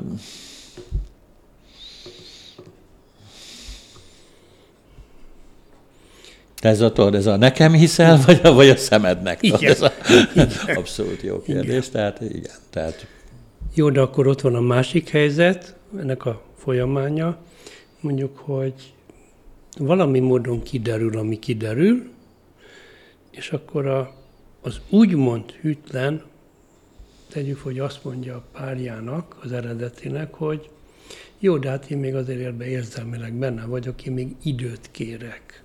ez a, tudod, ez a nekem hiszel, vagy a, vagy a szemednek? Tudod, ez a, abszolút jó kérdés. Igen. Tehát igen. Tehát... Jó, de akkor ott van a másik helyzet, ennek a folyamánya, mondjuk, hogy valami módon kiderül, ami kiderül, és akkor a, az úgymond hűtlen, tegyük, hogy azt mondja a párjának, az eredetinek, hogy jó, de hát én még azért ebben érzelmileg benne vagyok, én még időt kérek.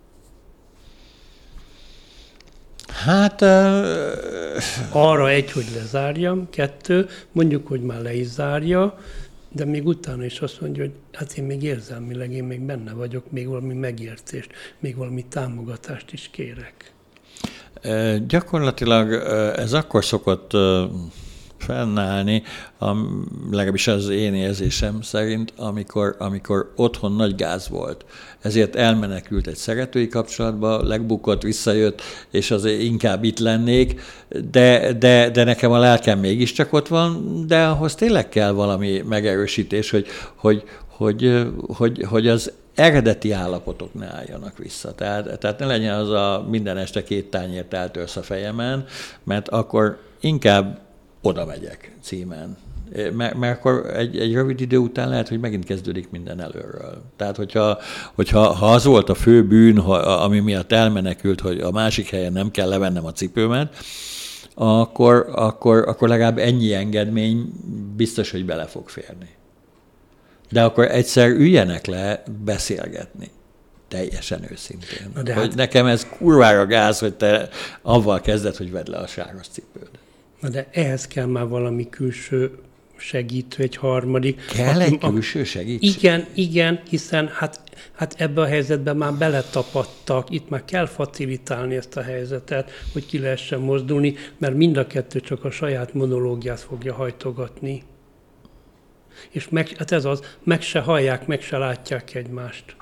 Hát... Uh... Arra egy, hogy lezárjam, kettő, mondjuk, hogy már le is zárja, de még utána is azt mondja, hogy hát én még érzelmileg, én még benne vagyok, még valami megértést, még valami támogatást is kérek. E, gyakorlatilag ez akkor szokott fennállni, am, legalábbis az én érzésem szerint, amikor, amikor otthon nagy gáz volt. Ezért elmenekült egy szeretői kapcsolatba, legbukott, visszajött, és azért inkább itt lennék, de, de, de nekem a lelkem mégiscsak ott van, de ahhoz tényleg kell valami megerősítés, hogy, hogy, hogy, hogy, hogy az eredeti állapotok ne álljanak vissza. Tehát, tehát ne legyen az a minden este két tányért eltörsz a fejemen, mert akkor inkább oda megyek címen. Mert, mert akkor egy, egy rövid idő után lehet, hogy megint kezdődik minden előről. Tehát, hogyha, hogyha ha az volt a fő bűn, ami miatt elmenekült, hogy a másik helyen nem kell levennem a cipőmet, akkor, akkor, akkor legalább ennyi engedmény biztos, hogy bele fog férni. De akkor egyszer üljenek le beszélgetni. Teljesen őszintén. Hogy hát... nekem ez kurvára gáz, hogy te avval kezded, hogy vedd le a sárga cipőd. Na de ehhez kell már valami külső segítő, egy harmadik. Kell egy külső segítő? Igen, igen, hiszen hát, hát ebbe a helyzetben már beletapadtak, itt már kell facilitálni ezt a helyzetet, hogy ki lehessen mozdulni, mert mind a kettő csak a saját monológiát fogja hajtogatni. És meg, hát ez az, meg se hallják, meg se látják egymást.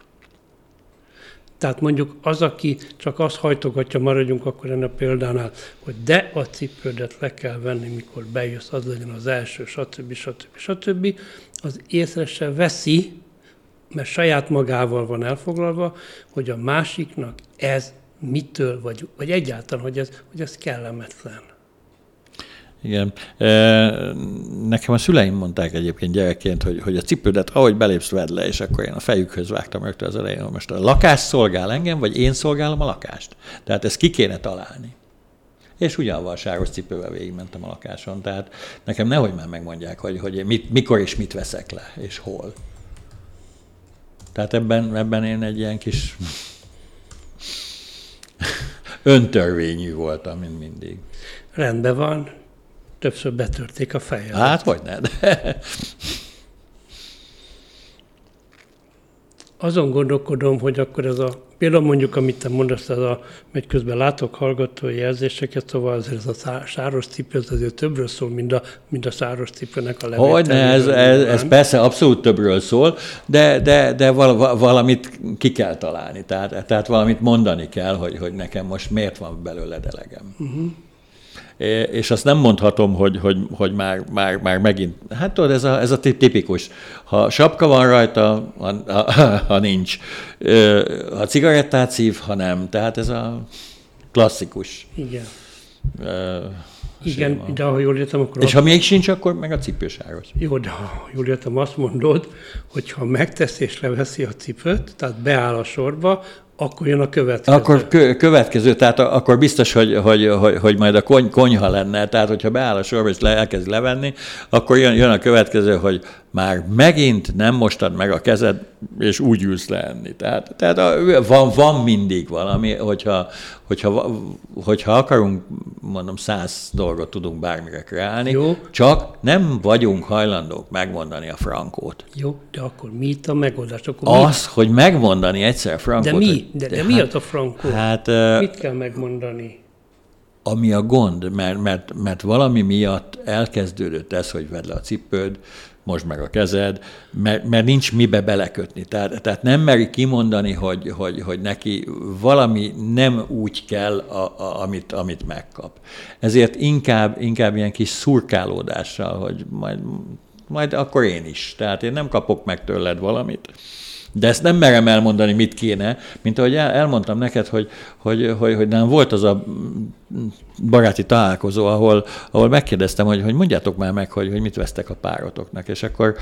Tehát mondjuk az, aki csak azt hajtogatja, maradjunk akkor ennek a példánál, hogy de a cipődet le kell venni, mikor bejössz, az legyen az első, stb. stb. stb. Az észre se veszi, mert saját magával van elfoglalva, hogy a másiknak ez mitől, vagy, vagy egyáltalán, hogy ez, hogy ez kellemetlen. Igen. Nekem a szüleim mondták egyébként gyerekként, hogy, hogy a cipődet, ahogy belépsz, vedd le, és akkor én a fejükhöz vágtam rögtön az elején, hogy most a lakás szolgál engem, vagy én szolgálom a lakást. Tehát ezt ki kéne találni. És ugyanavval sárgos cipővel végigmentem a lakáson. Tehát nekem nehogy már megmondják, hogy, hogy mit, mikor és mit veszek le, és hol. Tehát ebben, ebben én egy ilyen kis öntörvényű voltam, mint mindig. Rendben van. Többször betörték a fejedet. Hát, hogy ne, de... Azon gondolkodom, hogy akkor ez a, például mondjuk, amit te mondasz, ez a, hogy közben látok hallgatói jelzéseket, szóval azért ez a sáros cipő, ez azért többről szól, mint a, mint a sáros cipőnek a levételéről. Hogyne, ez, ez, ez persze abszolút többről szól, de, de, de val, valamit ki kell találni, tehát, tehát valamit mondani kell, hogy, hogy nekem most miért van belőle elegem. Uh-huh. És azt nem mondhatom, hogy, hogy, hogy már, már, már megint, hát tudod, ez a, ez a tipikus. Ha sapka van rajta, ha, ha, ha nincs. Ha cigarettát szív, ha nem. Tehát ez a klasszikus. Igen. Uh, Igen, séma. De ha jól értem, akkor... És azt... ha még sincs, akkor meg a cipősáros. Jó, de ha jól értem, azt mondod, hogy ha megteszi és leveszi a cipőt, tehát beáll a sorba, Akkor jön a következő. Akkor kö, következő, tehát akkor biztos, hogy, hogy, hogy, hogy majd a kony, konyha lenne, tehát hogyha beáll a sorba és le, elkezd levenni, akkor jön, jön a következő, hogy már megint nem mostad meg a kezed, és úgy ülsz le enni. Tehát, tehát a, van, van mindig valami, hogyha, hogyha, hogyha akarunk, mondom, száz dolgot tudunk bármire kreálni, Jó. Csak nem vagyunk hajlandók megmondani a frankót. Jó, de akkor mi itt a megoldás? Akkor Az, mi? Hogy megmondani egyszer frankót. De mi? Hogy, De, de hát, mi az a frankó? Hát, mit kell megmondani? Ami a gond, mert, mert, mert valami miatt elkezdődött ez, hogy vedd le a cipőd, mosd meg a kezed, mert, mert nincs mibe belekötni. Tehát, tehát nem meri kimondani, hogy, hogy, hogy neki valami nem úgy kell, a, a, amit, amit megkap. Ezért inkább, inkább ilyen kis szurkálódással, hogy majd, majd akkor én is. Tehát én nem kapok meg tőled valamit. De ezt nem merem elmondani, mit kéne, mint ahogy elmondtam neked, hogy, hogy, hogy, hogy nem volt az a baráti találkozó, ahol, ahol megkérdeztem, hogy, hogy mondjátok már meg, hogy, hogy mit vesztek a párotoknak, és akkor,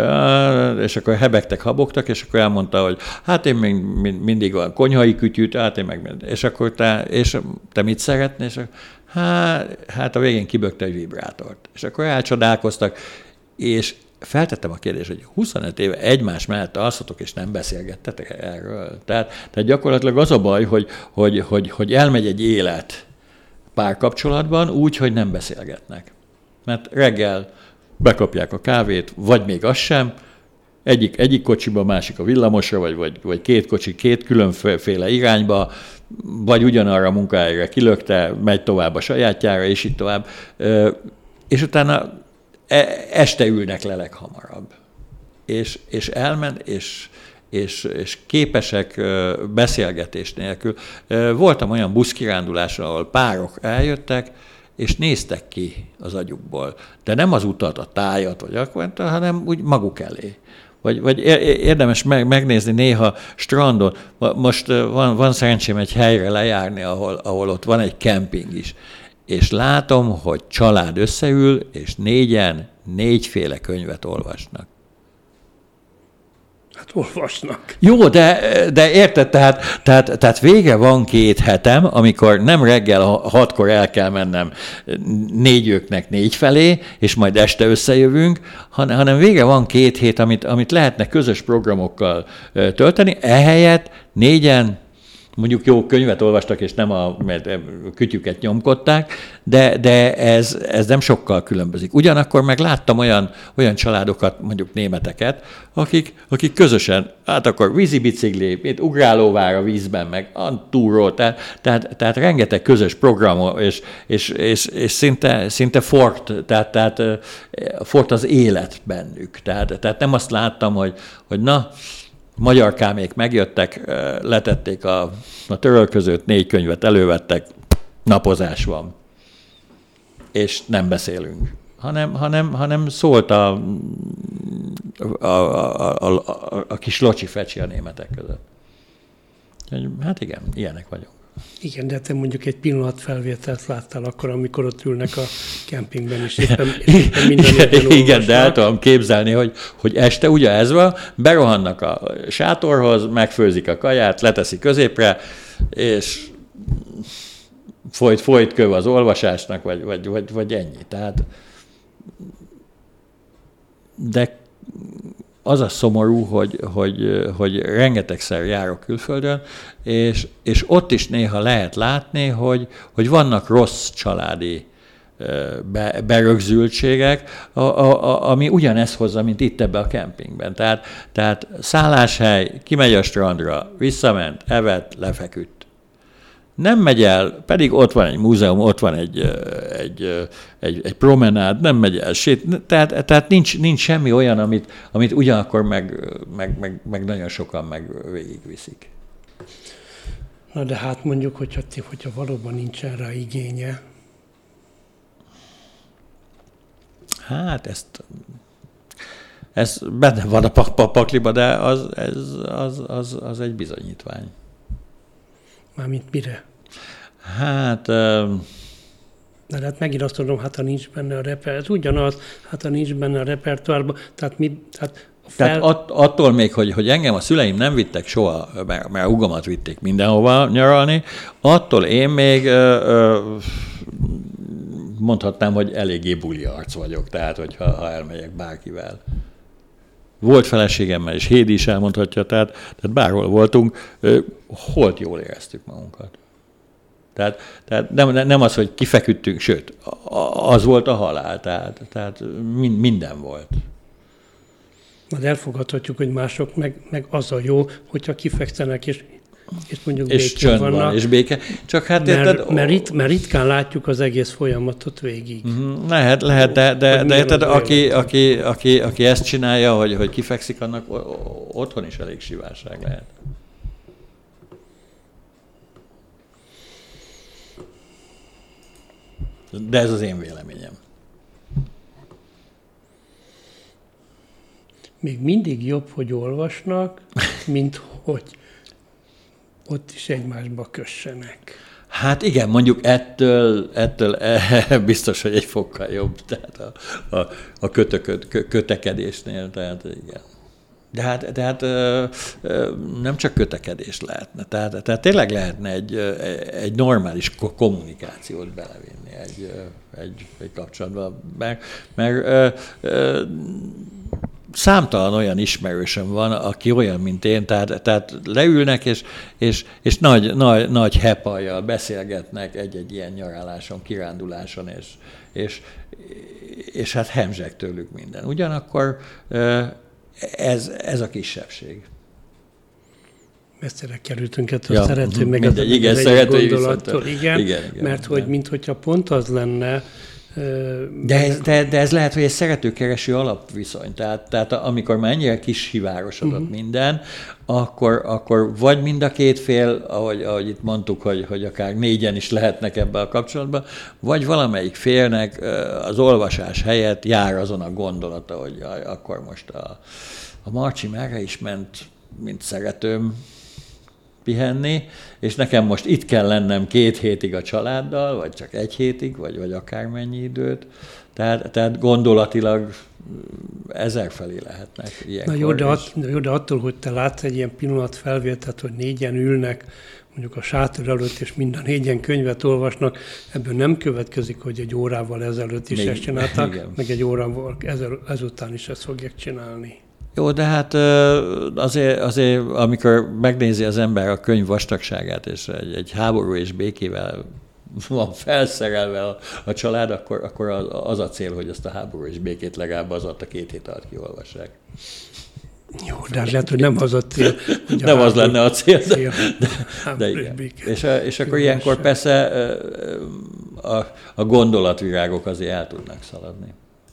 és akkor hebegtek, habogtak, és akkor elmondta, hogy hát én még mindig a konyhai kütyűt, hát én meg, és akkor te, és te mit szeretnél, és hát, hát a végén kibökte egy vibrátort. És akkor elcsodálkoztak, és feltettem a kérdést, hogy huszonöt éve egymás mellett alszotok, és nem beszélgettetek erről. Tehát, tehát gyakorlatilag az a baj, hogy, hogy, hogy, hogy elmegy egy élet párkapcsolatban úgy, hogy nem beszélgetnek. Mert reggel bekapják a kávét, vagy még az sem, egyik, egyik kocsiba, másik a villamosra, vagy, vagy, vagy két kocsi két különféle irányba, vagy ugyanarra a munkahelyre kilökte, megy tovább a sajátjára, és így tovább. És utána este ülnek le leghamarabb. És, és elment, és, és, és képesek beszélgetés nélkül. Voltam olyan buszkiránduláson, ahol párok eljöttek, és néztek ki az agyukból. De nem az utat, a tájat, vagy akkor, hanem úgy maguk elé. Vagy, vagy érdemes megnézni néha strandon. Most van, van szerencsém egy helyre lejárni, ahol, ahol ott van egy kemping is. És látom, hogy család összeül, és négyen négyféle könyvet olvasnak. Hát olvasnak. Jó, de, de érted, tehát, tehát, tehát vége van két hetem, amikor nem reggel hatkor el kell mennem négyöknek négy felé, és majd este összejövünk, hanem, hanem vége van két hét, amit, amit lehetne közös programokkal tölteni, ehelyett négyen, mondjuk jó könyvet olvastak, és nem a kütyüket nyomkodták, de, de ez, ez nem sokkal különbözik. Ugyanakkor meg láttam olyan, olyan családokat, mondjuk németeket, akik, akik közösen, hát akkor vízibicikli, ugrálóvár a vízben, meg a túról, tehát, tehát, tehát rengeteg közös program, és, és, és, és szinte, szinte fort, tehát, tehát fort az élet bennük. Tehát, tehát nem azt láttam, hogy, hogy na, magyarkámék megjöttek, letették a, a törölközőt, négy könyvet elővettek, napozás van. És nem beszélünk. Hanem, hanem, hanem szólt a, a, a, a, a, a kis locsi-fecsi a németek között. Hát igen, ilyenek vagyunk. Igen, de te mondjuk egy pillanatfelvételt láttál akkor, amikor ott ülnek a kempingben, és éppen, éppen minden igen, igen, de el tudom képzelni, hogy, hogy este ugye ez van, berohannak a sátorhoz, megfőzik a kaját, leteszi középre, és folyt, folyt köv az olvasásnak, vagy, vagy, vagy, vagy ennyi. Tehát, de az a szomorú, hogy, hogy, hogy rengetegszer járok külföldön, és, és ott is néha lehet látni, hogy, hogy vannak rossz családi be, berögzültségek, a, a, a, ami ugyanezt hozza, mint itt ebbe a kempingben. Tehát, tehát szálláshely, kimegy a strandra, visszament, evett, lefeküdt. Nem megy el, pedig ott van egy múzeum, ott van egy, egy, egy, egy promenád, nem megy el sét, tehát, tehát nincs, nincs semmi olyan, amit, amit ugyanakkor meg, meg, meg, meg nagyon sokan meg végigviszik. Na de hát mondjuk, hogyha, hogyha valóban nincsen rá igénye. Hát ezt, ez benne van a pakliba, de az, ez, az, az, az egy bizonyítvány. Mármint mire? Hát... De hát megint azt mondom, hát ha nincs benne a repertoárban, ugyanaz, hát ha nincs benne a repertoárban, tehát, mi, tehát Fel... Tehát att, attól még, hogy, hogy engem a szüleim nem vittek soha, mert, mert ugomat vitték mindenhova nyaralni, attól én még ö, ö, mondhatnám, hogy eléggé buli arc vagyok, tehát hogyha ha elmegyek bárkivel. Volt feleségemmel, és Hédi is elmondhatja, tehát, tehát bárhol voltunk, holt jól éreztük magunkat. Tehát, tehát nem, nem az, hogy kifeküdtünk, sőt, az volt a halál, tehát, tehát minden volt. Majd elfogadhatjuk, hogy mások meg, meg az a jó, hogyha kifekszenek, és, és mondjuk és csönd vannak. Van, és béke. Csak hát mert, érted, mert, rit, mert ritkán látjuk az egész folyamatot végig. Lehet, lehet, de, de, de érted, aki, aki, aki, aki ezt csinálja, hogy, hogy kifekszik, annak otthon is elég sivárság lehet. De ez az én véleményem. Még mindig jobb, hogy olvasnak, mint hogy ott is egymásba kössenek. Hát igen, mondjuk ettől, ettől biztos, hogy egy fokkal jobb, tehát a, a, a kötököd, kötekedésnél, tehát igen. De hát, de hát nem csak kötekedés lehetne, tehát, tehát tényleg lehetne egy, egy normális kommunikációt belevinni egy, egy, egy kapcsolatba, mert, mert számtalan olyan ismerősöm van, aki olyan, mint én, tehát, tehát leülnek, és, és, és nagy, nagy, nagy hepajjal beszélgetnek egy-egy ilyen nyaraláson, kiránduláson, és, és, és hát hemzseg tőlük minden. Ugyanakkor ez, ez a kisebbség. Messzire kerültünk ettől ja, a szerető, meg mindegy, az, igen, az szeretői gondolattól. Viszont, igen, igen, igen, mert igen. hogy minthogyha pont az lenne, De ez, de, de ez lehet, hogy egy szeretőkereső alapviszony. Tehát, tehát amikor már ennyire kishivárosodott uh-huh. minden, akkor, akkor vagy mind a két fél, ahogy, ahogy itt mondtuk, hogy, hogy akár négyen is lehetnek ebbe a kapcsolatban, vagy valamelyik félnek az olvasás helyett jár azon a gondolata, hogy jaj, akkor most a, a Marcsi merre is ment, mint szeretőm, pihenni, és nekem most itt kell lennem két hétig a családdal, vagy csak egy hétig, vagy, vagy akármennyi időt. Tehát, tehát gondolatilag ezerfelé lehetnek ilyenkor. Na jó de, att, jó, de attól, hogy te látsz egy ilyen pillanatfelvételt, hogy négyen ülnek, mondjuk a sátor előtt, és mind a négyen könyvet olvasnak, ebből nem következik, hogy egy órával ezelőtt is Még, ezt csinálták, igen. meg egy órával ezután is ezt fogják csinálni. Jó, de hát azért, azért, amikor megnézi az ember a könyv vastagságát, és egy, egy háború és békével van felszerelve a, a család, akkor, akkor az, az a cél, hogy azt a háború és békét legalább az alatt a két hét alatt kiolvassák. Jó, de lehet, hogy nem az a cél. Nem az lenne a cél, de, cél, de, de igen. És, és akkor ilyenkor persze a, a gondolatvirágok azért el tudnak szaladni.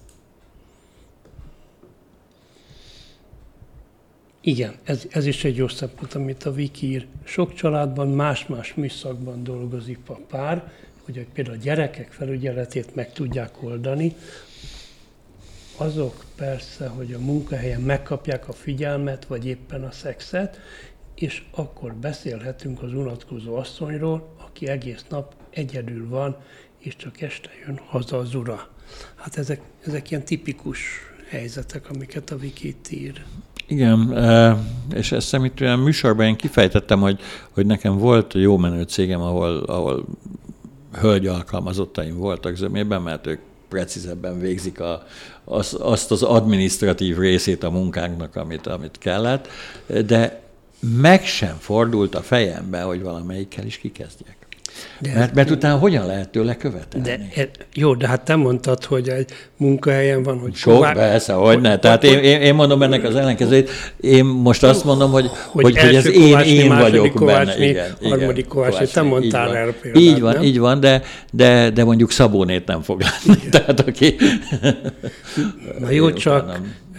Igen, ez, ez is egy jó szempont, amit a Viki ír. Sok családban más-más műszakban dolgozik a pár, hogy például a gyerekek felügyeletét meg tudják oldani. Azok persze, hogy a munkahelyen megkapják a figyelmet, vagy éppen a szexet, és akkor beszélhetünk az unatkozó asszonyról, aki egész nap egyedül van, és csak este jön haza az ura. Hát ezek, ezek ilyen tipikus helyzetek, amiket a Viki ír. Igen, és ezt szemítően olyan műsorban én kifejtettem, hogy, hogy nekem volt jó menő cégem, ahol, ahol hölgy alkalmazottaim voltak zömében, mert ők precízebben végzik a, az, azt az adminisztratív részét a munkánknak, amit, amit kellett, de meg sem fordult a fejembe, hogy valamelyikkel is kikezdjek. De mert, mert utána hogyan lehet tőle követelni? De, jó, de hát te mondtad, hogy egy munkahelyen van, hogy... Sok, ková... persze, hogy ne. Tehát én, én mondom ennek az ellenkezőjét. Én most azt mondom, hogy, hogy, hogy, hogy ez én, én vagyok benne. Igen, harmadik Kovácsné, te mondtál erre példát, Így van, nem? így van, de, de, de mondjuk Szabónét nem fog látni. Tehát aki... Na jó, csak...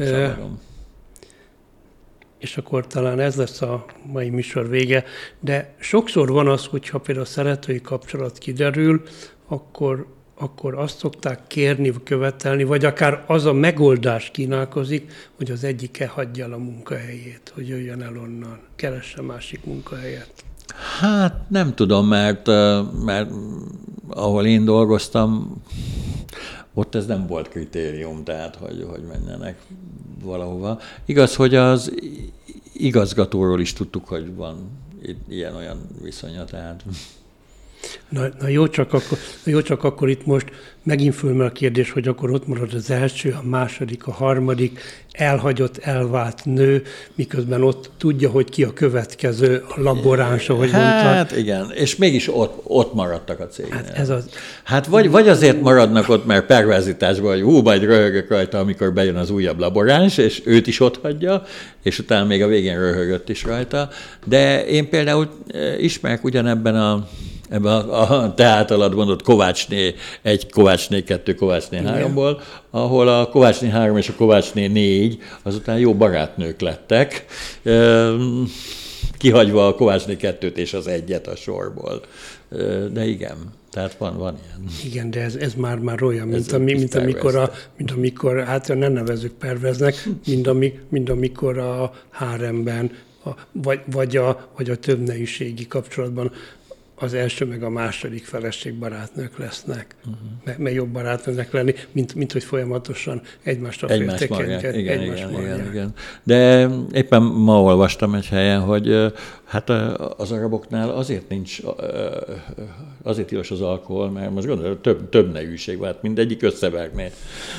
És akkor talán ez lesz a mai műsor vége, de sokszor van az, hogyha például a szeretői kapcsolat kiderül, akkor, akkor azt szokták kérni, követelni, vagy akár az a megoldás kínálkozik, hogy az egyike hagyja el a munkahelyét, hogy jöjjön el onnan, keresse másik munkahelyet. Hát nem tudom, mert, mert ahol én dolgoztam, ott ez nem volt kritérium, tehát hogy, hogy menjenek valahova. Igaz, hogy az igazgatóról is tudtuk, hogy van ilyen-olyan viszonya, tehát... Na, na jó, csak akkor, na jó, csak akkor itt most megint fölmerül a kérdés, hogy akkor ott marad az első, a második, a harmadik, elhagyott, elvált nő, miközben ott tudja, hogy ki a következő, a laboráns, ahogy hát, mondta. Hát igen, és mégis ott, ott maradtak a cégnél. Hát, ez az... hát vagy, vagy azért maradnak ott, mert perverzitásban, hogy hú, majd röhögök rajta, amikor bejön az újabb laboráns, és őt is ott hagyja, és utána még a végén röhögött is rajta. De én például ismerek ugyanebben a ebben a, a te általad mondott Kovácsné egy, Kovácsné kettő, Kovácsné háromból, ahol a Kovácsné három és a Kovácsné négy azután jó barátnők lettek, kihagyva a Kovácsné kettőt és az egyet a sorból. De igen, tehát van, van ilyen. Igen, de ez, ez már, már olyan, mint, ami, mint, amikor a, mint amikor, hát nem nevezzük perveznek, mint, ami, mint amikor a háremben, a, vagy, vagy, a, vagy a többneműségi kapcsolatban az első meg a második feleség barátnők lesznek, uh-huh. mert, mert jobb barátnőnek lenni, mint, mint hogy folyamatosan egymásra féltekednek. Igen, egymás igen, igen, igen. De éppen ma olvastam egy helyen, hogy hát az araboknál azért nincs, azért tilos az alkohol, mert most gondolom, több, több nejűség van, hát mindegyik összeverné,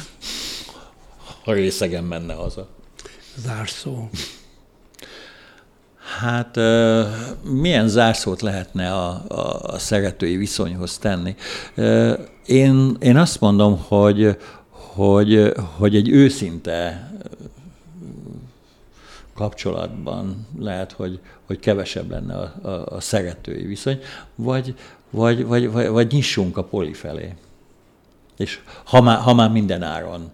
ha részegen menne haza. Zárszó. Hát milyen zárszót lehetne a, a, a szeretői viszonyhoz tenni? Én, én azt mondom, hogy, hogy, hogy egy őszinte kapcsolatban lehet, hogy, hogy kevesebb lenne a, a, a szeretői viszony, vagy, vagy, vagy, vagy, vagy nyissunk a poli felé. És ha már, ha már minden áron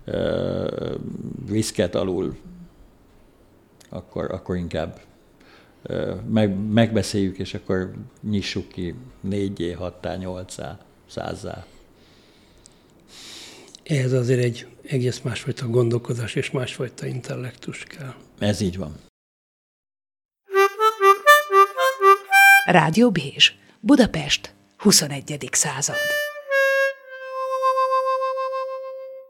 viszket alul, akkor, akkor inkább Meg, megbeszéljük, és akkor nyissuk ki négyé, hattá, nyolcá, százzá. Ez azért egy egész másfajta gondolkodás és másfajta intellektus kell. Ez így van. Rádió Bézs, Budapest, huszonegyedik század.